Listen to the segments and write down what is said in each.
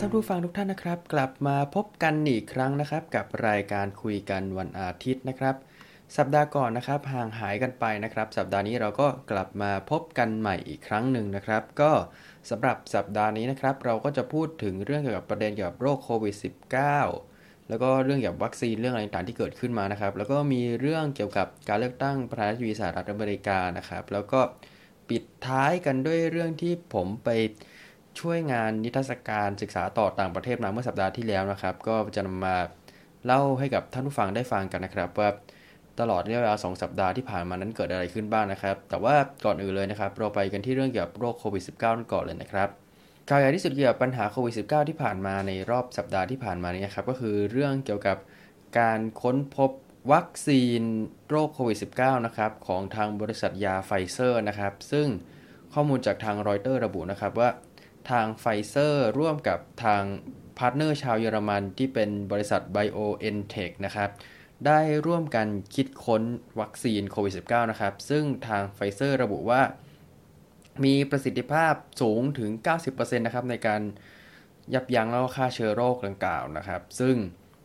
ท่านผู้ฟังทุกท่านนะครับกลับมาพบกันอีกครั้งนะครับกับรายการคุยกันวันอาทิตย์นะครับสัปดาห์ก่อนนะครับห่างหายกันไปนะครับสัปดาห์นี้เราก็กลับมาพบกันใหม่อีกครั้งหนึ่งนะครับก็สำหรับสัปดาห์นี้นะครับเราก็จะพูดถึงเรื่องเกี่ยวกับประเด็นเกี่ยวกับโรคโควิด -19 แล้วก็เรื่องเกี่ยวกับวัคซีนเรื่องอะไรต่างๆที่เกิดขึ้นมานะครับแล้วก็มีเรื่องเกี่ยวกับการเลือกตั้งประธานาธิบดีสหรัฐอเมริกานะครับแล้วก็ปิดท้ายกันด้วยเรื่องที่ผมไปช่วยงานนิทรรศการศึกษาต่อต่างประเทศมาเมื่อสัปดาห์ที่แล้วนะครับก็จะนำมาเล่าให้กับท่านผู้ฟังได้ฟังกันนะครับว่าตลอดระยะเวลา2 สัปดาห์ที่ผ่านมานั้นเกิดอะไรขึ้นบ้างนะครับแต่ว่าก่อนอื่นเลยนะครับเราไปกันที่เรื่องเกี่ยวกับโรคโควิด -19 กันก่อนเลยนะครับข่าวใหญ่ที่สุดเกี่ยวกับปัญหาโควิด -19 ที่ผ่านมาในรอบสัปดาห์ที่ผ่านมานี้ครับก็คือเรื่องเกี่ยวกับการค้นพบวัคซีนโรคโควิด -19 นะครับของทางบริษัทยาไฟเซอร์นะครับซึ่งข้อมูลจากทางรอยเตอร์ระบุนะครับว่าทางไฟเซอร์ร่วมกับทางพาร์ทเนอร์ชาวเยอรมันที่เป็นบริษัท BioNTech นะครับได้ร่วมกันคิดค้นวัคซีนโควิด -19 นะครับซึ่งทางไฟเซอร์ระบุว่ามีประสิทธิภาพสูงถึง 90% นะครับในการยับยั้งแล้วก็ฆ่าเชื้อโรคดังกล่าวนะครับซึ่ง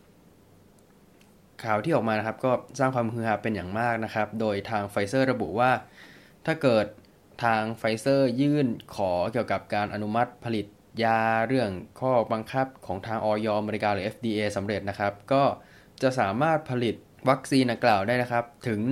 ข่าวที่ออกมานะครับก็สร้างความฮือฮาเป็นอย่างมากนะครับโดยทางไฟเซอร์ระบุว่าถ้าเกิดทางไฟเซอร์ยื่นขอเกี่ยวกับการอนุมัติผลิตยาเรื่องข้อบังคับของทางอย.อเมริกาหรือ FDA สำเร็จนะครับก็จะสามารถผลิตวัคซีนดังกล่าวได้นะครับถึง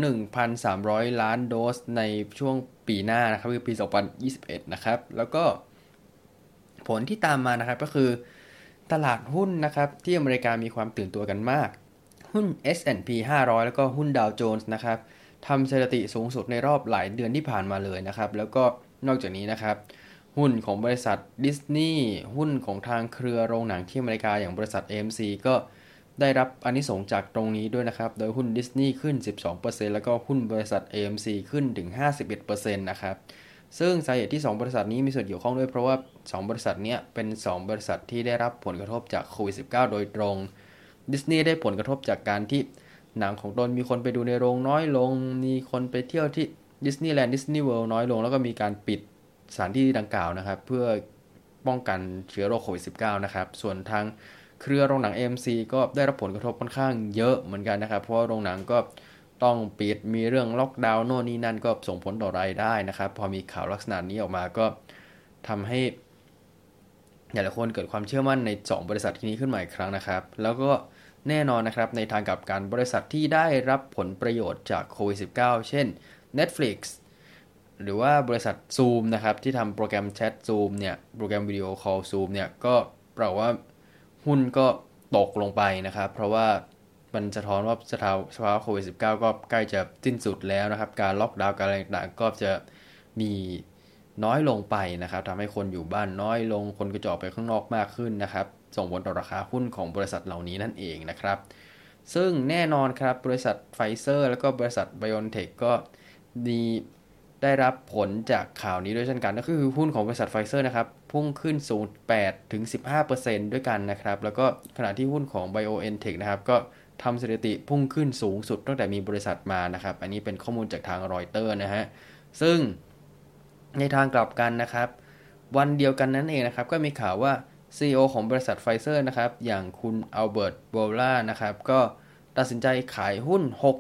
1,300 ล้านโดสในช่วงปีหน้านะครับคือปี 2021 นะครับแล้วก็ผลที่ตามมานะครับก็คือตลาดหุ้นนะครับที่อเมริกามีความตื่นตัวกันมากหุ้น S&P 500 แล้วก็หุ้นดาวโจนส์นะครับทำสถิติสูงสุดในรอบหลายเดือนที่ผ่านมาเลยนะครับแล้วก็นอกจากนี้นะครับหุ้นของบริษัทดิสนีย์หุ้นของทางเครือโรงหนังที่อเมริกาอย่างบริษัท AMC ก็ได้รับอานิสงส์จากตรงนี้ด้วยนะครับโดยหุ้นดิสนีย์ขึ้น 12% แล้วก็หุ้นบริษัท AMC ขึ้นถึง 51% นะครับซึ่งสาเหตุที่2บริษัทนี้มีส่วนเกี่ยวข้องด้วยเพราะว่า2บริษัทนี้เป็น2บริษัทที่ได้รับผลกระทบจากโควิด -19 โดยตรงดิสนีย์ได้ผลกระทบจากการที่หนังของตนมีคนไปดูในโรงน้อยลงมีคนไปเที่ยวที่ดิสนีย์แลนด์ดิสนีย์เวิลด์น้อยลงแล้วก็มีการปิดสถานที่ดังกล่าวนะครับเพื่อป้องกันเชื้อโรคโควิด -19 นะครับส่วนทางเครือโรงหนัง AMC ก็ได้รับผลกระทบค่อนข้างเยอะเหมือนกันนะครับเพราะว่าโรงหนังก็ต้องปิดมีเรื่องล็อกดาวน์โน่นนี่นั่นก็ส่งผลต่อรายได้นะครับพอมีข่าวลักษณะนี้ออกมาก็ทำให้หลายๆคนเกิดความเชื่อมั่นใน2บริษัทที่นี้ขึ้นมาอีกครั้งนะครับแล้วก็แน่นอนนะครับในทางกลับกันบริษัทที่ได้รับผลประโยชน์จากโควิด -19 เช่น Netflix หรือว่าบริษัท Zoom นะครับที่ทำโปรแกรมแชท Zoom เนี่ยโปรแกรมวิดีโอคอล Zoom เนี่ยก็แปลว่าหุ้นก็ตกลงไปนะครับเพราะว่ามันสะท้อนว่าสภาวะโควิด -19 ก็ใกล้จะสิ้นสุดแล้วนะครับการล็อกดาวน์การอะไรต่างๆก็จะมีน้อยลงไปนะครับทำให้คนอยู่บ้านน้อยลงคนก็จะออกไปข้างนอกมากขึ้นนะครับส่งผลต่อราคาหุ้นของบริษัทเหล่านี้นั่นเองนะครับซึ่งแน่นอนครับบริษัทไฟเซอร์แล้วก็บริษัท BioNTech ก็ได้รับผลจากข่าวนี้ด้วยเช่นกันก็คือหุ้นของบริษัทไฟเซอร์นะครับพุ่งขึ้นสูง 8-15% ด้วยกันนะครับแล้วก็ขณะที่หุ้นของ BioNTech นะครับก็ทำสถิติพุ่งขึ้นสูงสุดตั้งแต่มีบริษัทมานะครับอันนี้เป็นข้อมูลจากทางรอยเตอร์นะฮะซึ่งในทางกลับกันนะครับวันเดียวกันนั้นเองนะครับก็มีข่าวว่า CEO ของบริษัทไฟเซอร์นะครับอย่างคุณอัลเบิร์ตโบล่านะครับก็ตัดสินใจขายหุ้น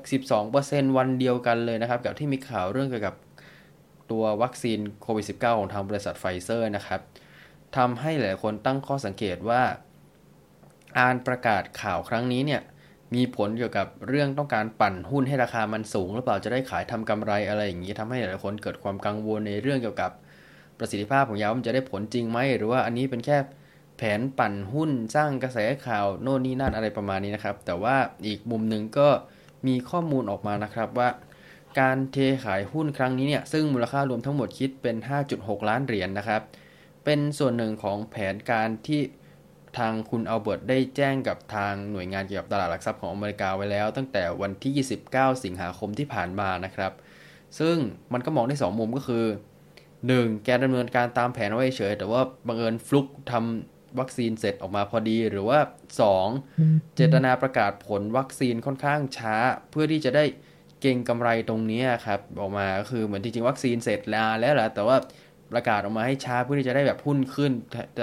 62% วันเดียวกันเลยนะครับกับที่มีข่าวเรื่องเกี่ยวกับตัววัคซีนโควิด -19 ของทางบริษัทไฟเซอร์นะครับทำให้หลายคนตั้งข้อสังเกตว่าการประกาศข่าวครั้งนี้เนี่ยมีผลเกี่ยวกับเรื่องต้องการปั่นหุ้นให้ราคามันสูงหรือเปล่าจะได้ขายทำกำไรอะไรอย่างนี้ทำให้หลายคนเกิดความกังวลในเรื่องเกี่ยวกับประสิทธิภาพของยาว่ามันจะได้ผลจริงไหมหรือว่าอันนี้เป็นแค่แผนปั่นหุ้นสร้างกระแสข่าวโน่นนี่นั่นอะไรประมาณนี้นะครับแต่ว่าอีกมุมหนึ่งก็มีข้อมูลออกมานะครับว่าการเทขายหุ้นครั้งนี้เนี่ยซึ่งมูลค่ารวมทั้งหมดคิดเป็น 5.6 ล้านเหรียญ นะครับเป็นส่วนหนึ่งของแผนการที่ทางคุณอัลเบิร์ตได้แจ้งกับทางหน่วยงานเกี่ยวกับตลาดหลักทรัพย์ของอเมริกาไว้แล้วตั้งแต่วันที่ 29 สิงหาคมที่ผ่านมานะครับซึ่งมันก็มองได้2มุมก็คือ1แกดำเนินการตามแผนไว้เฉยแต่ว่าบังเอิญฟลุกทำวัคซีนเสร็จออกมาพอดีหรือว่า2เจตนาประกาศผลวัคซีนค่อนข้างช้าเพื่อที่จะได้เก็งกำไรตรงนี้ครับออกมาก็คือเหมือนจริงๆวัคซีนเสร็จแล้วแหละแต่ว่าประกาศออกมาให้ช้าเพื่อที่จะได้แบบหุ้นขึ้นจะได้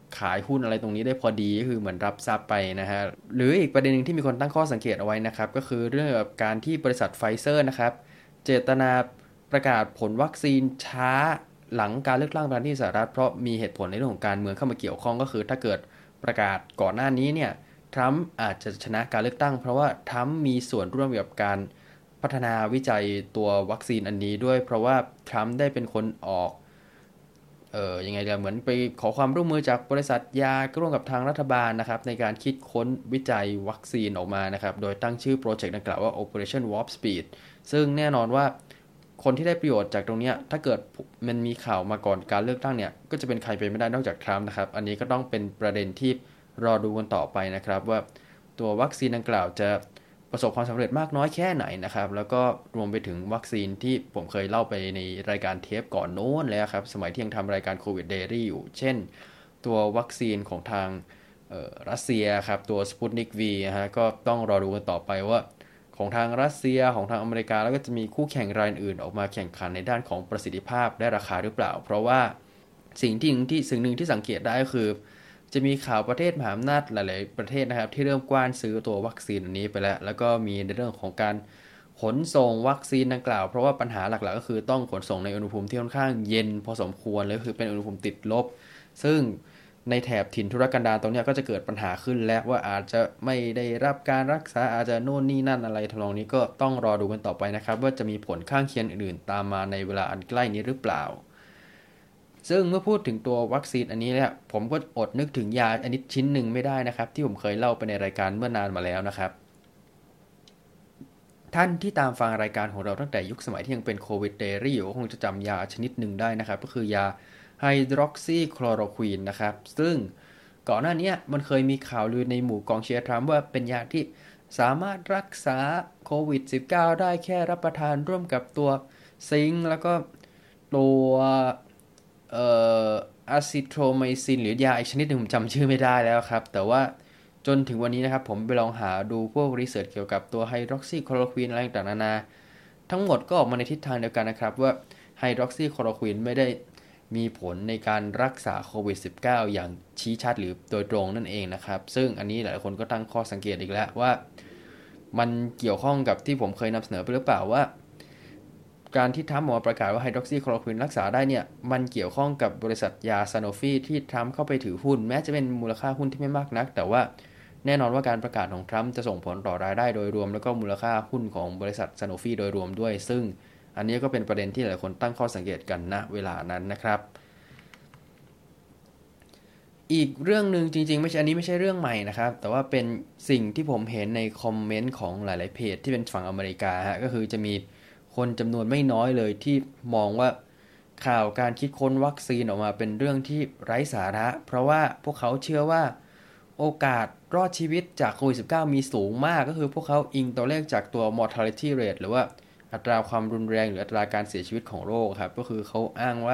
ขายหุ้นอะไรตรงนี้ได้พอดีก็คือเหมือนรับทรัพย์ไปนะฮะหรืออีกประเด็นหนึ่งที่มีคนตั้งข้อสังเกตเอาไว้นะครับก็คือเรื่องกับการที่บริษัทไฟเซอร์นะครับเจตนาประกาศผลวัคซีนช้าหลังการเลือกตั้งประธานาธิบดีสหรัฐเพราะมีเหตุผลในเรื่องของการเมืองเข้ามาเกี่ยวข้องก็คือถ้าเกิดประกาศก่อนหน้านี้เนี่ยทรัมป์อาจจะชนะการเลือกตั้งเพราะว่าทรัมป์มีส่วนร่วมกับการพัฒนาวิจัยตัววัคซีนอันนี้ด้วยเพราะว่าทรัมป์ได้เป็นคนออกยังไงเหมือนไปขอความร่วมมือจากบริษัทยาร่วมกับทางรัฐบาลนะครับในการคิดค้นวิจัยวัคซีนออกมานะครับโดยตั้งชื่อโปรเจกต์ดังกล่าวว่า Operation Warp Speed ซึ่งแน่นอนว่าคนที่ได้ประโยชน์จากตรงนี้ถ้าเกิดมันมีข่าวมาก่อนการเลือกตั้งเนี่ยก็จะเป็นใครไปไม่ได้นอกจากทรัมป์นะครับอันนี้ก็ต้องเป็นประเด็นที่รอดูกันต่อไปนะครับว่าตัววัคซีนดังกล่าวจะประสบความสำเร็จมากน้อยแค่ไหนนะครับแล้วก็รวมไปถึงวัคซีนที่ผมเคยเล่าไปในรายการเทปก่อนโน้นแล้วครับสมัยที่ยังทำรายการโควิดเดลี่อยู่เช่นตัววัคซีนของทางรัสเซียครับตัว Sputnik V ฮะก็ต้องรอดูกันต่อไปว่าของทางรัสเซียของทางอเมริกาแล้วก็จะมีคู่แข่งรายอื่นออกมาแข่งขันในด้านของประสิทธิภาพได้ราคาหรือเปล่าเพราะว่าสิ่งหนึ่งที่สังเกตได้ก็คือจะมีข่าวประเทศมหาอำนาจหลายๆประเทศนะครับที่เริ่มกว้านซื้อตัววัคซีนอันนี้ไปแล้วก็มีในเรื่องของการขนส่งวัคซีนดังกล่าวเพราะว่าปัญหาหลักๆก็คือต้องขนส่งในอุณหภูมิที่ค่อนข้างเย็นพอสมควรเลยคือเป็นอุณหภูมิติดลบซึ่งในแถบถิ่นทุรกันดารตรงนี้ก็จะเกิดปัญหาขึ้นแล้วว่าอาจจะไม่ได้รับการรักษาอาจจะโน่นนี่นั่นอะไรทำนองนี้ก็ต้องรอดูกันต่อไปนะครับว่าจะมีผลข้างเคียงอื่นๆตามมาในเวลาอันใกล้นี้หรือเปล่าซึ่งเมื่อพูดถึงตัววัคซีนอันนี้เนี่ยผมก็อดนึกถึงยาอันนี้ชิ้นหนึ่งไม่ได้นะครับที่ผมเคยเล่าไปในรายการเมื่อนานมาแล้วนะครับท่านที่ตามฟังรายการของเราตั้งแต่ยุคสมัยที่ยังเป็นโควิดเดลี่อยู่คงจะจำยาชนิดหนึ่งได้นะครับก็คือยาไฮดรอกซีคลอโรควีนนะครับซึ่งก่อนหน้านี้มันเคยมีข่าวลือในหมู่กองเชียร์ทรัมป์ว่าเป็นยาที่สามารถรักษาโควิด -19 ได้แค่รับประทานร่วมกับตัวซิงค์แล้วก็ตัวอะซิโทรไมซินหรือยาอีกชนิดหนึ่งผมจำชื่อไม่ได้แล้วครับแต่ว่าจนถึงวันนี้นะครับผมไปลองหาดูพวกรีเสิร์ชเกี่ยวกับตัวไฮดรอกซีคลอโรควีนอะไรต่างๆนานาทั้งหมดก็ออกมาในทิศทางเดียวกันนะครับว่าไฮดรอกซีคลอโรควีนไม่ได้มีผลในการรักษาโควิด -19 อย่างชี้ชัดหรือโดยตรงนั่นเองนะครับซึ่งอันนี้หลายคนก็ตั้งข้อสังเกตอีกแล้วว่ามันเกี่ยวข้องกับที่ผมเคยนำเสนอไปหรือเปล่าว่าการที่ทรัมป์ออกมาประกาศว่าไฮดรอกซีคลอโรควินรักษาได้เนี่ยมันเกี่ยวข้องกับบริษัทยาซานโนฟีที่ทรัมป์เข้าไปถือหุ้นแม้จะเป็นมูลค่าหุ้นที่ไม่มากนักแต่ว่าแน่นอนว่าการประกาศของทรัมป์จะส่งผลต่อรายได้โดยรวมแล้วก็มูลค่าหุ้นของบริษัทซานโนฟีโดยรวมด้วยซึ่งอันนี้ก็เป็นประเด็นที่หลายคนตั้งข้อสังเกตกันณเวลานั้นนะครับอีกเรื่องหนึ่งจริงๆไม่ใช่อันนี้ไม่ใช่เรื่องใหม่นะครับแต่ว่าเป็นสิ่งที่ผมเห็นในคอมเมนต์ของหลายๆเพจที่เป็นฝั่งอเมริกาฮะก็คือจะมีคนจำนวนไม่น้อยเลยที่มองว่าข่าวการคิดค้นวัคซีนออกมาเป็นเรื่องที่ไร้สาระเพราะว่าพวกเขาเชื่อว่าโอกาสรอดชีวิตจากโควิด -19 มีสูงมากก็คือพวกเขาอิงตัวเลขจากตัว mortality rate หรือว่าอัตราความรุนแรงหรืออัตราการเสียชีวิตของโรคครับก็คือเขาอ้างว่า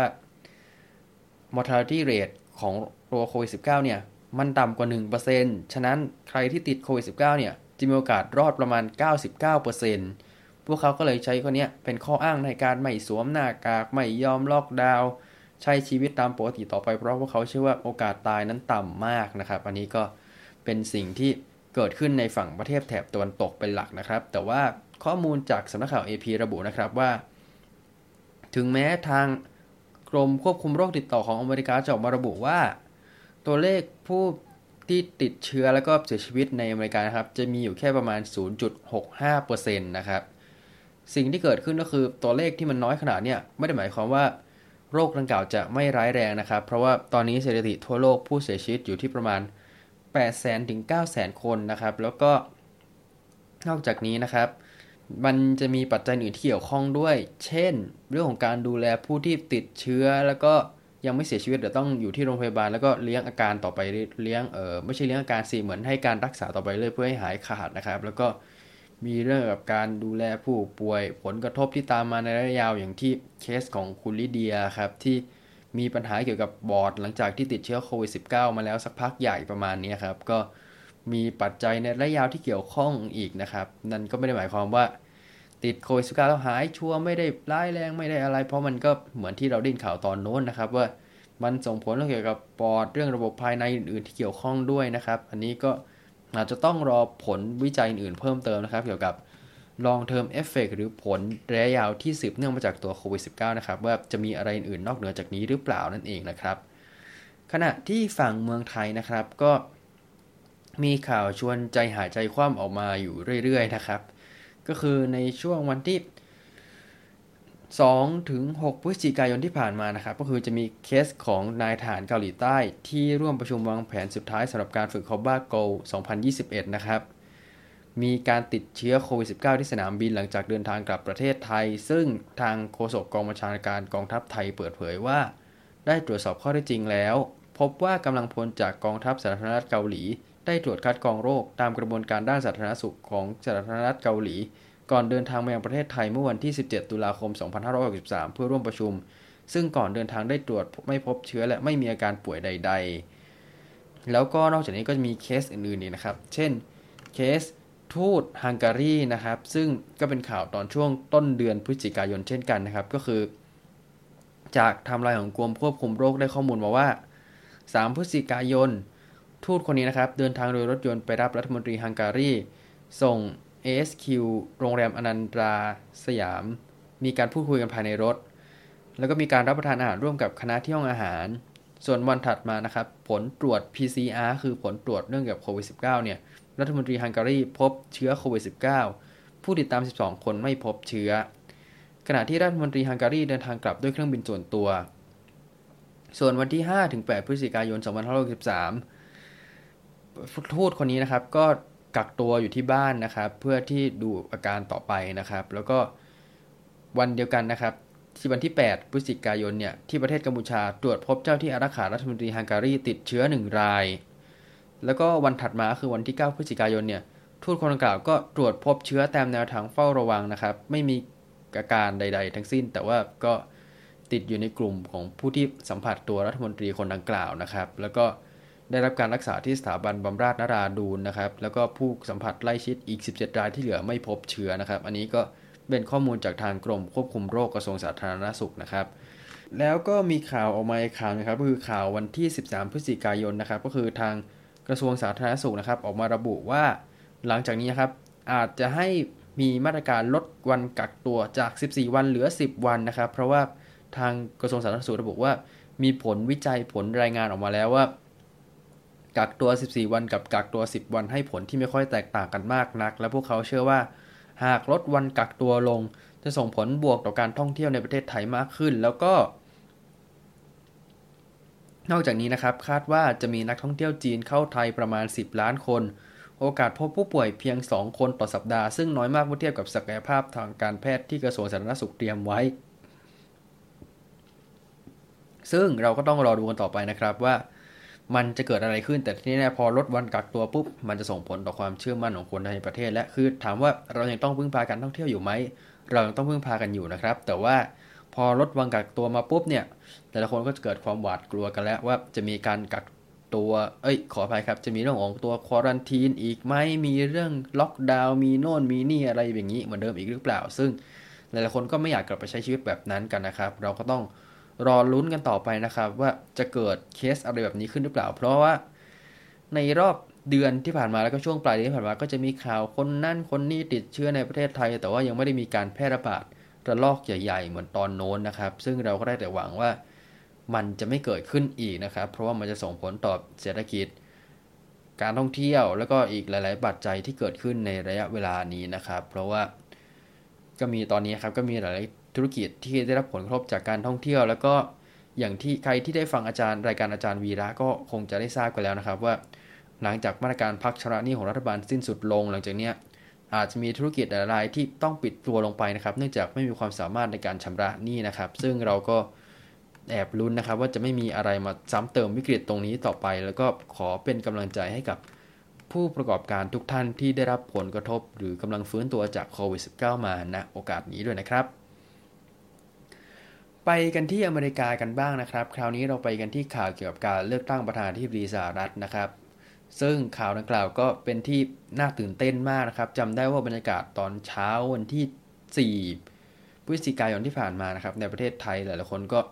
mortality rate ของตัวโควิด -19 เนี่ยมันต่ำกว่า 1% ฉะนั้นใครที่ติดโควิด -19 เนี่ยจะมีโอกาสรอดประมาณ 99% พวกเขาก็เลยใช้ข้อนี้เป็นข้ออ้างในการไม่สวมหน้ากากไม่ยอมล็อกดาวน์ใช้ชีวิตตามปกติต่อไปเพราะพวกเขาเชื่อว่าโอกาสตายนั้นต่ำมากนะครับอันนี้ก็เป็นสิ่งที่เกิดขึ้นในฝั่งประเทศแถบตะวันตกเป็นหลักนะครับแต่ว่าข้อมูลจากสำนักข่าว AP ระบุนะครับว่าถึงแม้ทางกรมควบคุมโรคติดต่อของอเมริกาจะออกมาระบุว่าตัวเลขผู้ที่ติดเชื้อแล้วก็เสียชีวิตในอเมริกานะครับจะมีอยู่แค่ประมาณ 0.65% นะครับสิ่งที่เกิดขึ้นก็คือตัวเลขที่มันน้อยขนาดเนี้ยไม่ได้หมายความว่าโรคดังกล่าวจะไม่ร้ายแรงนะครับเพราะว่าตอนนี้สถิติทั่วโลกผู้เสียชีวิตอยู่ที่ประมาณ 800,000 ถึง 900,000 คนนะครับแล้วก็นอกจากนี้นะครับมันจะมีปัจจัยอื่นที่เกี่ยวข้องด้วยเช่นเรื่องของการดูแลผู้ที่ติดเชื้อแล้วก็ยังไม่เสียชีวิตแต่ต้องอยู่ที่โรงพยาบาลแล้วก็เลี้ยงอาการต่อไปเลี้ยงไม่ใช่เลี้ยงอาการสิเหมือนให้การรักษาต่อไปเลยเพื่อให้หายขาดนะครับแล้วก็มีเรื่องกับการดูแลผู้ป่วยผลกระทบที่ตามมาในระยะยาวอย่างที่เคสของคุณลิเดียครับที่มีปัญหาเกี่ยวกับบอร์ดหลังจากที่ติดเชื้อโควิด -19 มาแล้วสักพักใหญ่ประมาณนี้ครับก็มีปัจจัยในระยะยาวที่เกี่ยวข้องอีกนะครับนั่นก็ไม่ได้หมายความว่าติดโควิด -19 แล้วหายชัวร์ไม่ได้ร้ายแรงไม่ได้อะไรเพราะมันก็เหมือนที่เราได้ยินข่าวตอนโน้นนะครับว่ามันส่งผลเกี่ยวกับปอดเรื่องระบบภายในอื่นๆที่เกี่ยวข้องด้วยนะครับอันนี้ก็อาจจะต้องรอผลวิจัยอื่นๆเพิ่มเติมนะครับเกี่ยวกับ long term effect หรือผลระยะยาวที่สืบเนื่องมาจากตัวโควิด -19 นะครับว่าจะมีอะไรอื่นนอกเหนือจากนี้หรือเปล่านั่นเองนะครับขณะที่ฝั่งเมืองไทยนะครับก็มีข่าวชวนใจหายใจคว่ำออกมาอยู่เรื่อยๆนะครับก็คือในช่วงวันที่2 ถึง 6 พฤศจิกายนที่ผ่านมานะครับก็คือจะมีเคสของนายทหารเกาหลีใต้ที่ร่วมประชุมวางแผนสุดท้ายสำหรับการฝึก Cobra Gold 2021 นะครับมีการติดเชื้อโควิด -19 ที่สนามบินหลังจากเดินทางกลับประเทศไทยซึ่งทางโฆษกกองบัญชาการกองทัพไทยเปิดเผยว่าได้ตรวจสอบข้อเท็จจริงแล้วพบว่ากำลังพลจากกองทัพสาธารณรัฐเกาหลีได้ตรวจคัดกรองโรคตามกระบวนการด้านสาธารณสุขของสาธารณรัฐเกาหลีก่อนเดินทางมายังประเทศไทยเมื่อวันที่ 17 ตุลาคม 2563 เพื่อร่วมประชุมซึ่งก่อนเดินทางได้ตรวจไม่พบเชื้อและไม่มีอาการป่วยใดๆแล้วก็นอกจากนี้ก็จะมีเคสอื่นๆอีกนะครับเช่นเคสทูตฮังการีนะครับซึ่งก็เป็นข่าวตอนช่วงต้นเดือนพฤศจิกายนเช่นกันนะครับก็คือจากไทม์ไลน์ของกรมควบคุมโรคได้ข้อมูลมาว่า3 พฤศจิกายนทูตคนนี้นะครับเดินทางโดยรถยนต์ไปรับรัฐมนตรีฮังการีส่ง ASQ โรงแรมอนันตราสยามมีการพูดคุยกันภายในรถแล้วก็มีการรับประทานอาหารร่วมกับคณะที่ห้องอาหารส่วนวันถัดมานะครับผลตรวจ PCR คือผลตรวจเรื่องเกี่ยวกับโควิด -19 เนี่ยรัฐมนตรีฮังการีพบเชื้อโควิด -19 ผู้ติดตาม12 คนไม่พบเชื้อขณะที่รัฐมนตรีฮังการีเดินทางกลับด้วยเครื่องบินส่วนตัวส่วนวันที่ 5-8 พฤศจิกายน 2563 ทูตคนนี้นะครับก็กักตัวอยู่ที่บ้านนะครับเพื่อที่ดูอาการต่อไปนะครับแล้วก็วันเดียวกันนะครับที่วันที่ 8 พฤศจิกายนเนี่ยที่ประเทศกัมพูชาตรวจพบเจ้าที่อารักขารัฐมนตรีฮังการีติดเชื้อ1 รายแล้วก็วันถัดมาคือวันที่ 9 พฤศจิกายนเนี่ยทูตคนดังกล่าวก็ตรวจพบเชื้อตามแนวทางเฝ้าระวังนะครับไม่มีอาการใดๆทั้งสิ้นแต่ว่าก็ติดอยู่ในกลุ่มของผู้ที่สัมผัสตัวรัฐมนตรีคนดังกล่าวนะครับแล้วก็ได้รับการรักษาที่สถาบันบำราศนราดูนนะครับแล้วก็ผู้สัมผัสใกล้ชิดอีก17 รายที่เหลือไม่พบเชื้อนะครับอันนี้ก็เป็นข้อมูลจากทางกรมควบคุมโรคกระทรวงสาธารณสุขนะครับแล้วก็มีข่าวออกมาอีกข่าวนะครับก็คือข่าววันที่ 13 พฤศจิกายนนะครับก็คือทางกระทรวงสาธารณสุขนะครับออกมาระบุว่าหลังจากนี้ครับอาจจะให้มีมาตรการลดวันกักตัวจาก14 วันเหลือ10 วันนะครับเพราะว่าทางกระทรวงสาธารณสุขระบุว่ามีผลวิจัยผลรายงานออกมาแล้วว่ากักตัว14 วันกับกักตัว10 วันให้ผลที่ไม่ค่อยแตกต่างกันมากนักและพวกเขาเชื่อว่าหากลดวันกักตัวลงจะส่งผลบวกต่อการท่องเที่ยวในประเทศไทยมากขึ้นแล้วก็นอกจากนี้นะครับคาดว่าจะมีนักท่องเที่ยวจีนเข้าไทยประมาณ10 ล้านคนโอกาสพบผู้ป่วยเพียง2 คนต่อสัปดาห์ซึ่งน้อยมากเมื่อเทียบกับศักยภาพทางการแพทย์ที่กระทรวงสาธารณสุขเตรียมไว้ซึ่งเราก็ต้องรอดูกันต่อไปนะครับว่ามันจะเกิดอะไรขึ้นแต่ที่แน่พอลดวันกักตัวปุ๊บมันจะส่งผลต่อความเชื่อมั่นของคนในประเทศและคือถามว่าเรายังต้องพึ่งพาการท่องเที่ยวอยู่ไหมเรายังต้องพึ่งพากันอยู่นะครับแต่ว่าพอลดวันกักตัวมาปุ๊บเนี่ยแต่ละคนก็จะเกิดความหวาดกลัวกันแล้วว่าจะมีการกักตัวขออภัยครับจะมีเรื่องของตัวควอรันทีนอีกไหมมีเรื่องล็อกดาวน์มีโน่นมีนี่อะไรอย่างนี้เหมือนเดิมอีกหรือเปล่าซึ่งหลายๆคนก็ไม่อยากกลับไปใช้ชีวิตแบบนั้นกันนะครับเราก็ต้องรอลุ้นกันต่อไปนะครับว่าจะเกิดเคสอะไรแบบนี้ขึ้นหรือเปล่าเพราะว่าในรอบเดือนที่ผ่านมาแล้วก็ช่วงปลายเดือนที่ผ่านมาก็จะมีข่าวคนนั่นคนนี้ติดเชื้อในประเทศไทยแต่ว่ายังไม่ได้มีการแพร่ระบาดระลอกใหญ่ๆเหมือนตอนโน้นนะครับซึ่งเราก็ได้แต่หวังว่ามันจะไม่เกิดขึ้นอีกนะครับเพราะว่ามันจะส่งผลต่อเศรษฐกิจการท่องเที่ยวแล้วก็อีกหลายๆปัจจัยที่เกิดขึ้นในระยะเวลานี้นะครับเพราะว่าก็มีตอนนี้ครับก็มีหลายธุรกิจที่ได้รับผลกระทบจากการท่องเที่ยวแล้วก็อย่างที่ใครที่ได้ฟังรายการอาจารย์วีระก็คงจะได้ทราบกันแล้วนะครับว่าหลังจากมาตรการพักชำระหนี้ของรัฐบาลสิ้นสุดลงหลังจากนี้อาจจะมีธุรกิจหลายรายที่ต้องปิดตัวลงไปนะครับเนื่องจากไม่มีความสามารถในการชำระหนี้นะครับซึ่งเราก็แอบลุ้นนะครับว่าจะไม่มีอะไรมาซ้ำเติมวิกฤตตรงนี้ต่อไปแล้วก็ขอเป็นกำลังใจให้กับผู้ประกอบการทุกท่านที่ได้รับผลกระทบหรือกำลังฟื้นตัวจากโควิด -19 มาณโอกาสนี้ด้วยนะครับไปกันที่อเมริกากันบ้างนะครับคราวนี้เราไปกันที่ข่าวเกี่ยวกับการเลือกตั้งประธานาธิบดีสหรัฐนะครับซึ่งข่าวดังกล่าวก็เป็นที่น่าตื่นเต้นมากนะครับจำได้ว่าบรรยากาศตอนเช้าวันที่4 พฤศจิกายนที่ผ่านมานะครับในประเทศไทยหลายๆคนก็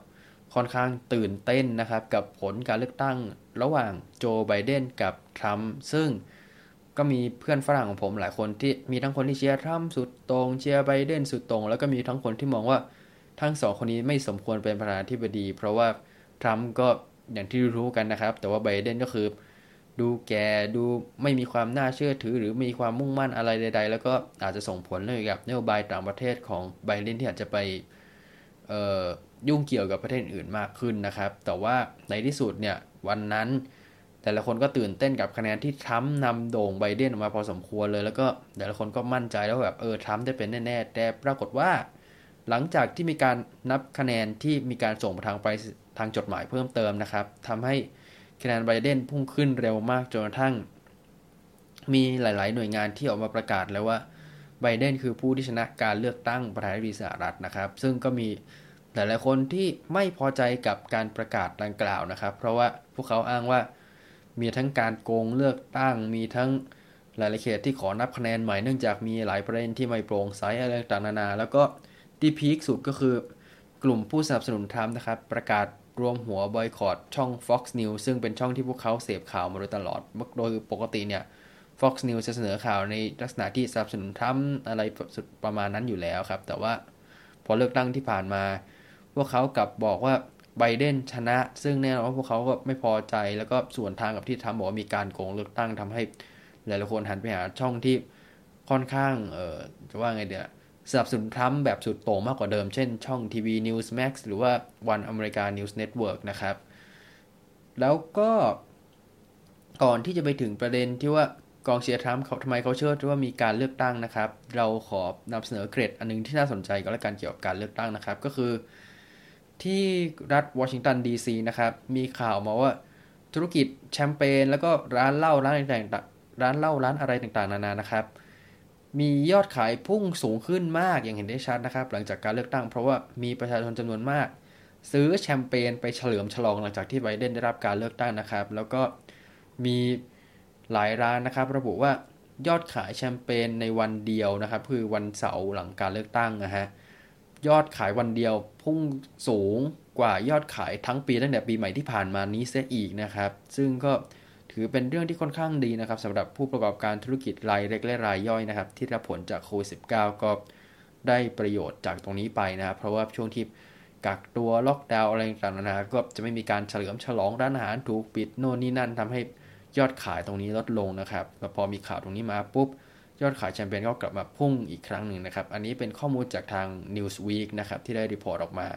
ค่อนข้างตื่นเต้นนะครับกับผลการเลือกตั้งระหว่างโจไบเดนกับทรัมป์ซึ่งก็มีเพื่อนฝรั่งของผมหลายคนที่มีทั้งคนที่เชียร์ทรัมป์สุดตรงเชียร์ไบเดนสุดตรงแล้วก็มีทั้งคนที่มองว่าทั้งสองคนนี้ไม่สมควรเป็นประธานาธิบดีเพราะว่าทรัมป์ก็อย่างที่รู้กันนะครับแต่ว่าไบเดนก็คือดูแก่ดูไม่มีความน่าเชื่อถือหรือมีความมุ่งมั่นอะไรใดๆแล้วก็อาจจะส่งผลเรื่องเกี่ยวกับนโยบายต่างประเทศของไบเดนที่อาจจะไปยุ่งเกี่ยวกับประเทศอื่นมากขึ้นนะครับแต่ว่าในที่สุดเนี่ยวันนั้นแต่ละคนก็ตื่นเต้นกับคะแนนที่ทรัมป์นำโด่งไบเดนออกมาพอสมควรเลยแล้วก็แต่ละคนก็มั่นใจแล้วแบบทรัมป์ได้เป็นแน่ๆแต่ปรากฏว่าหลังจากที่มีการนับคะแนนที่มีการส่งทางไปทางจดหมายเพิ่มเติมนะครับทำให้คะแนนไบเดนพุ่งขึ้นเร็วมากจนกระทั่งมีหลายๆหน่วยงานที่ออกมาประกาศแล้วว่าไบเดนคือผู้ที่ชนะการเลือกตั้งประธานาธิบดีสหรัฐนะครับซึ่งก็มีหลายๆคนที่ไม่พอใจกับการประกาศดังกล่าวนะครับเพราะว่าพวกเขาอ้างว่ามีทั้งการโกงเลือกตั้งมีทั้งหลายๆเขตที่ขอนับคะแนนใหม่เนื่องจากมีหลายประเด็นที่ไม่โปร่งใสอะไรต่างๆนานาแล้วก็ที่พีคสุดก็คือกลุ่มผู้สนับสนุนทรัมป์นะครับประกาศรวมหัวบอยคอตช่อง Fox News ซึ่งเป็นช่องที่พวกเขาเสพข่าวมาโดยตลอดโดยปกติเนี่ย Fox News จะเสนอข่าวในลักษณะที่สนับสนุนทรัมป์อะไรประมาณนั้นอยู่แล้วครับแต่ว่าพอเลือกตั้งที่ผ่านมาพวกเขากลับบอกว่าไบเดนชนะซึ่งแน่นอนว่าพวกเขาก็ไม่พอใจแล้วก็ส่วนทางกับที่ทรัมป์บอกว่ามีการโกงเลือกตั้งทำให้หลายๆคนหันไปหาช่องที่ค่อนข้างจะว่าไงเดียสนับสนุนทรัมป์แบบสุดโต่งมากกว่าเดิมเช่นช่องทีวี Newsmax หรือว่า One America News Network นะครับแล้วก็ก่อนที่จะไปถึงประเด็นที่ว่ากองเชียร์ทรัมป์เขาทำไมเขาเชื่อว่ามีการเลือกตั้งนะครับเราขอนำเสนอเกรดอันนึงที่น่าสนใจก็แล้วกันเกี่ยวกับการเลือกตั้งนะครับก็คือที่รัฐวอชิงตันดีซีนะครับมีข่าวมาว่าธุรกิจแชมเปญแล้วก็ร้านเหล้าร้านต่างๆร้านเหล้าร้านอะไรต่างๆนานานะครับมียอดขายพุ่งสูงขึ้นมากอย่างเห็นได้ชัดนะครับหลังจากการเลือกตั้งเพราะว่ามีประชาชนจำนวนมากซื้อแชมเปญไปเฉลิมฉลองหลังจากที่ไบเดนได้รับการเลือกตั้งนะครับแล้วก็มีหลายร้านนะครับระบุว่ายอดขายแชมเปญในวันเดียวนะครับคือวันเสาร์หลังการเลือกตั้งนะฮะยอดขายวันเดียวพุ่งสูงกว่ายอดขายทั้งปีตั้งแต่ปีใหม่ที่ผ่านมานี้เสียอีกนะครับซึ่งก็ถือเป็นเรื่องที่ค่อนข้างดีนะครับสำหรับผู้ประกอบการธุรกิจรายเล็กและรายย่อยนะครับที่รับผลจากโควิด -19 ก็ได้ประโยชน์จากตรงนี้ไปนะครับเพราะว่าช่วงที่กักตัวล็อกดาวน์อะไรต่างๆนานาก็จะไม่มีการเฉลิมฉลองร้านอาหารถูกปิดโน่นนี่นั่นทำให้ยอดขายตรงนี้ลดลงนะครับแล้วพอมีข่าวตรงนี้มาปุ๊บยอดขายแชมเปญก็กลับมาพุ่งอีกครั้งหนึ่งนะครับอันนี้เป็นข้อมูลจากทาง Newsweek นะครับที่ได้รีพอร์ตออกมา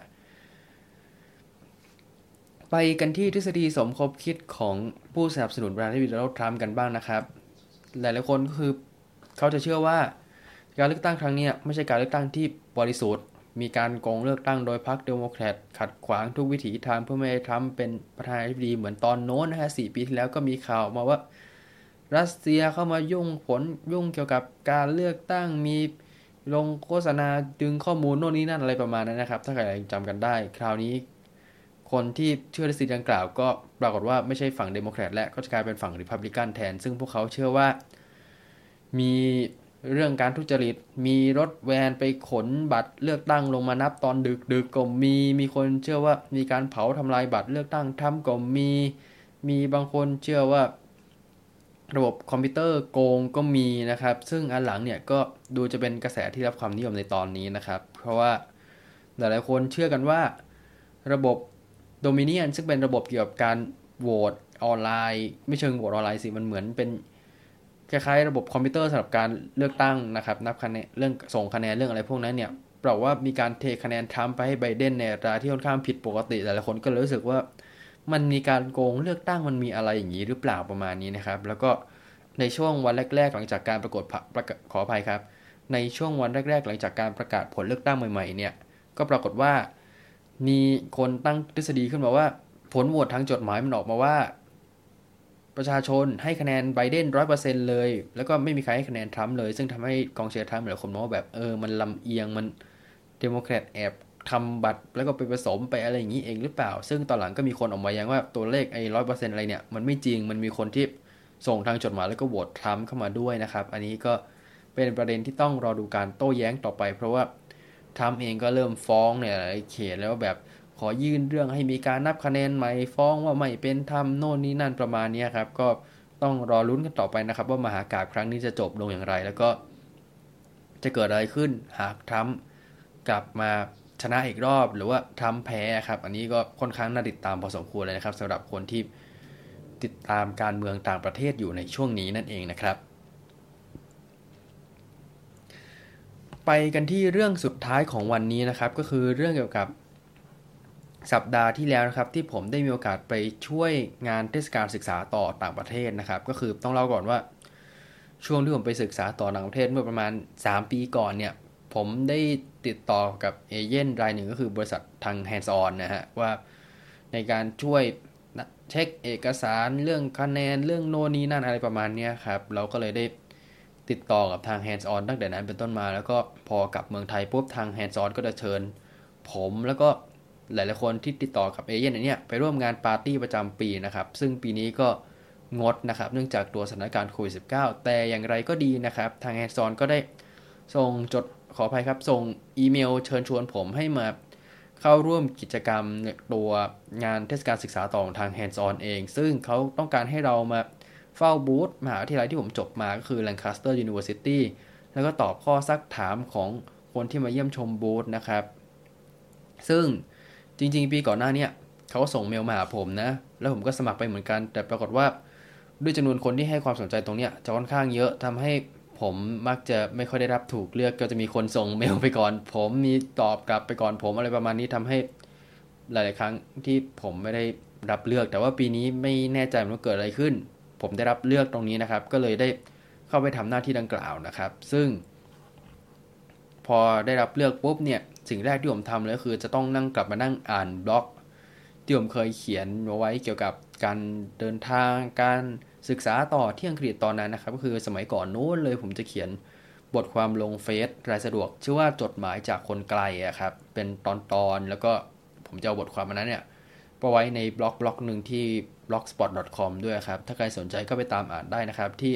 ไปกันที่ทฤษฎีสมคบคิดของผู้สนับสนุนประธานาธิบดีโดนัลด์ทรัมป์กันบ้างนะครับหลายๆคนก็คือเขาจะเชื่อว่าการเลือกตั้งครั้งนี้ไม่ใช่การเลือกตั้งที่บริสุทธิ์มีการโกงเลือกตั้งโดยพรรคเดโมแครตขัดขวางทุกวิถีทางเพื่อไม่ให้ทรัมป์เป็นประธานาธิบดีเหมือนตอนโน้นนะฮะ4 ปีที่แล้วก็มีข่าวมาว่ารัสเซียเข้ามายุ่งเกี่ยวกับการเลือกตั้งมีลงโฆษณาดึงข้อมูลโน่นนี่นั่นอะไรประมาณนั้นนะครับถ้าใครยังจำกันได้คราวนี้คนที่เชื่อทฤษฎีดังกล่าวก็ปรากฏว่าไม่ใช่ฝั่งเดโมแครตและก็จะกลายเป็นฝั่งริพับลิกันแทนซึ่งพวกเขาเชื่อว่ามีเรื่องการทุจริตมีรถแวนไปขนบัตรเลือกตั้งลงมานับตอนดึกก็มีคนเชื่อว่ามีการเผาทำลายบัตรเลือกตั้งทำก็มีบางคนเชื่อว่าระบบคอมพิวเตอร์โกงก็มีนะครับซึ่งอันหลังเนี่ยก็ดูจะเป็นกระแสที่รับความนิยมในตอนนี้นะครับเพราะว่าหลายๆคนเชื่อกันว่าระบบโดมิเนียนซึ่งเป็นระบบเกี่ยวกับการโหวตออนไลน์ไม่เชิงโหวตออนไลน์สิมันเหมือนเป็นคล้ายๆระบบคอมพิวเตอร์สำหรับการเลือกตั้งนะครับนับคะแนนเรื่องส่งคะแนนเรื่องอะไรพวกนั้นเนี่ยบอกว่ามีการเทคะแนนทรัมป์ไปให้ไบเดนในอัตราที่ค่อนข้างผิดปกติหลายๆคนก็เลยรู้สึกว่ามันมีการโกงเลือกตั้งมันมีอะไรอย่างนี้หรือเปล่าประมาณนี้นะครับแล้วก็ในช่วงวันแรกๆหลังจากการขออภัยครับในช่วงวันแรกๆหลังจากการประกาศผลเลือกตั้งใหม่ๆเนี่ยก็ปรากฏว่ามีคนตั้งทฤษฎีขึ้นมาว่าผลโหวตทางจดหมายมันออกมาว่าประชาชนให้คะแนนไบเดน 100% เลยแล้วก็ไม่มีใครให้คะแนนทรัมป์เลยซึ่งทำให้กองเชียร์ทรัมป์หลายคนมองว่าแบบมันลำเอียงมันเดโมแครตแอบทำบัตรแล้วก็ไปผสมไปอะไรอย่างนี้เองหรือเปล่าซึ่งตอนหลังก็มีคนออกมายังว่าตัวเลข100%อะไรเนี่ยมันไม่จริงมันมีคนที่ส่งทางจดหมายแล้วก็โหวตทรัมป์เข้ามาด้วยนะครับอันนี้ก็เป็นประเด็นที่ต้องรอดูการโต้แย้งต่อไปเพราะว่าทรัมป์เองก็เริ่มฟ้องเนี่ยหลายเขตแล้วแบบขอยื่นเรื่องให้มีการนับคะแนนใหม่ฟ้องว่าไม่เป็นธรรมโน่นนี่นั่นประมาณนี้ครับก็ต้องรอลุ้นกันต่อไปนะครับว่ามหากาพย์ครั้งนี้จะจบลงอย่างไรแล้วก็จะเกิดอะไรขึ้นหากทรัมป์กลับมาชนะอีกรอบหรือว่าทรัมป์แพ้ครับอันนี้ก็ค่อนข้างน่าติดตามพอสมควรเลยนะครับสำหรับคนที่ติดตามการเมืองต่างประเทศอยู่ในช่วงนี้นั่นเองนะครับไปกันที่เรื่องสุดท้ายของวันนี้นะครับก็คือเรื่องเกี่ยวกับสัปดาห์ที่แล้วนะครับที่ผมได้มีโอกาสไปช่วยงานเทศกาลศึกษาต่อต่างประเทศนะครับก็คือต้องเล่าก่อนว่าช่วงที่ผมไปศึกษาต่อต่างประเทศเมื่อประมาณ3ปีก่อนเนี่ยผมได้ติดต่อกับเอเย่นรายหนึ่งก็คือบริษัททาง Hands On นะฮะว่าในการช่วยเช็คเอกสารเรื่องคะแนนเรื่องโน่นนี่นั่นอะไรประมาณนี้ครับเราก็เลยได้ติดต่อกับทาง Hands On ตั้งแต่นั้นเป็นต้นมาแล้วก็พอกลับเมืองไทยปุ๊บทาง Hands On ก็จะเชิญผมแล้วก็หลายๆคนที่ติดต่อกับเอเย่นเนี่ยไปร่วมงานปาร์ตี้ประจำปีนะครับซึ่งปีนี้ก็งดนะครับเนื่องจากตัวสถานการณ์โควิด -19 แต่อย่างไรก็ดีนะครับทาง Hands On ก็ได้ส่งขออภัยครับส่งอีเมลเชิญชวนผมให้มาเข้าร่วมกิจกรรมตัวงานเทศกาลศึกษาต่อของทาง Hands On เองซึ่งเขาต้องการให้เรามาเฝ้าบูธมหาวิทยาลัยที่ผมจบมาก็คือ Lancaster University แล้วก็ตอบข้อซักถามของคนที่มาเยี่ยมชมบูธนะครับซึ่งจริงๆปีก่อนหน้านี้เขาส่งเมลมาหาผมนะแล้วผมก็สมัครไปเหมือนกันแต่ปรากฏว่าด้วยจำนวนคนที่ให้ความสนใจตรงนี้จะค่อนข้างเยอะทำให้ผมมักจะไม่ค่อยได้รับถูกเลือกก็จะมีคนส่งเมลไปก่อนผมมีตอบกลับไปก่อนผมอะไรประมาณนี้ทำให้หลายๆครั้งที่ผมไม่ได้รับเลือกแต่ว่าปีนี้ไม่แน่ใจว่าเกิดอะไรขึ้นผมได้รับเลือกตรงนี้นะครับก็เลยได้เข้าไปทำหน้าที่ดังกล่าวนะครับซึ่งพอได้รับเลือกปุ๊บเนี่ยสิ่งแรกที่ผมทำเลยคือจะต้องกลับมานั่งอ่านบล็อกที่ผมเคยเขียนเอาไว้เกี่ยวกับการเดินทางการศึกษาต่อที่อังกฤษตอนนั้นนะครับก็คือสมัยก่อนนู้นเลยผมจะเขียนบทความลงเฟซรายสะดวกชื่อว่าจดหมายจากคนไกลครับเป็นตอนๆแล้วก็ผมจะเอาบทความนั้นเนี่ยไปไว้ในบล็อกหนึ่งที่ blogspot.com ด้วยครับถ้าใครสนใจก็ไปตามอ่านได้นะครับที่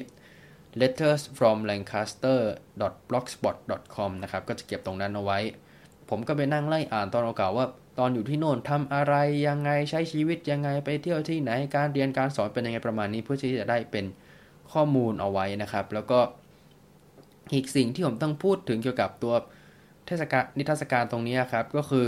lettersfromlancaster.blogspot.com นะครับก็จะเก็บตรงนั้นเอาไว้ผมก็ไปนั่งไล่อ่านตอนเก่าๆว่าตอนอยู่ที่โน่นทำอะไรยังไงใช้ชีวิตยังไงไปเที่ยวที่ไหนการเรียนการสอนเป็นยังไงประมาณนี้เพื่อที่จะได้เป็นข้อมูลเอาไว้นะครับแล้วก็อีกสิ่งที่ผมต้องพูดถึงเกี่ยวกับตัวนิทรรศการตรงนี้ครับก็คือ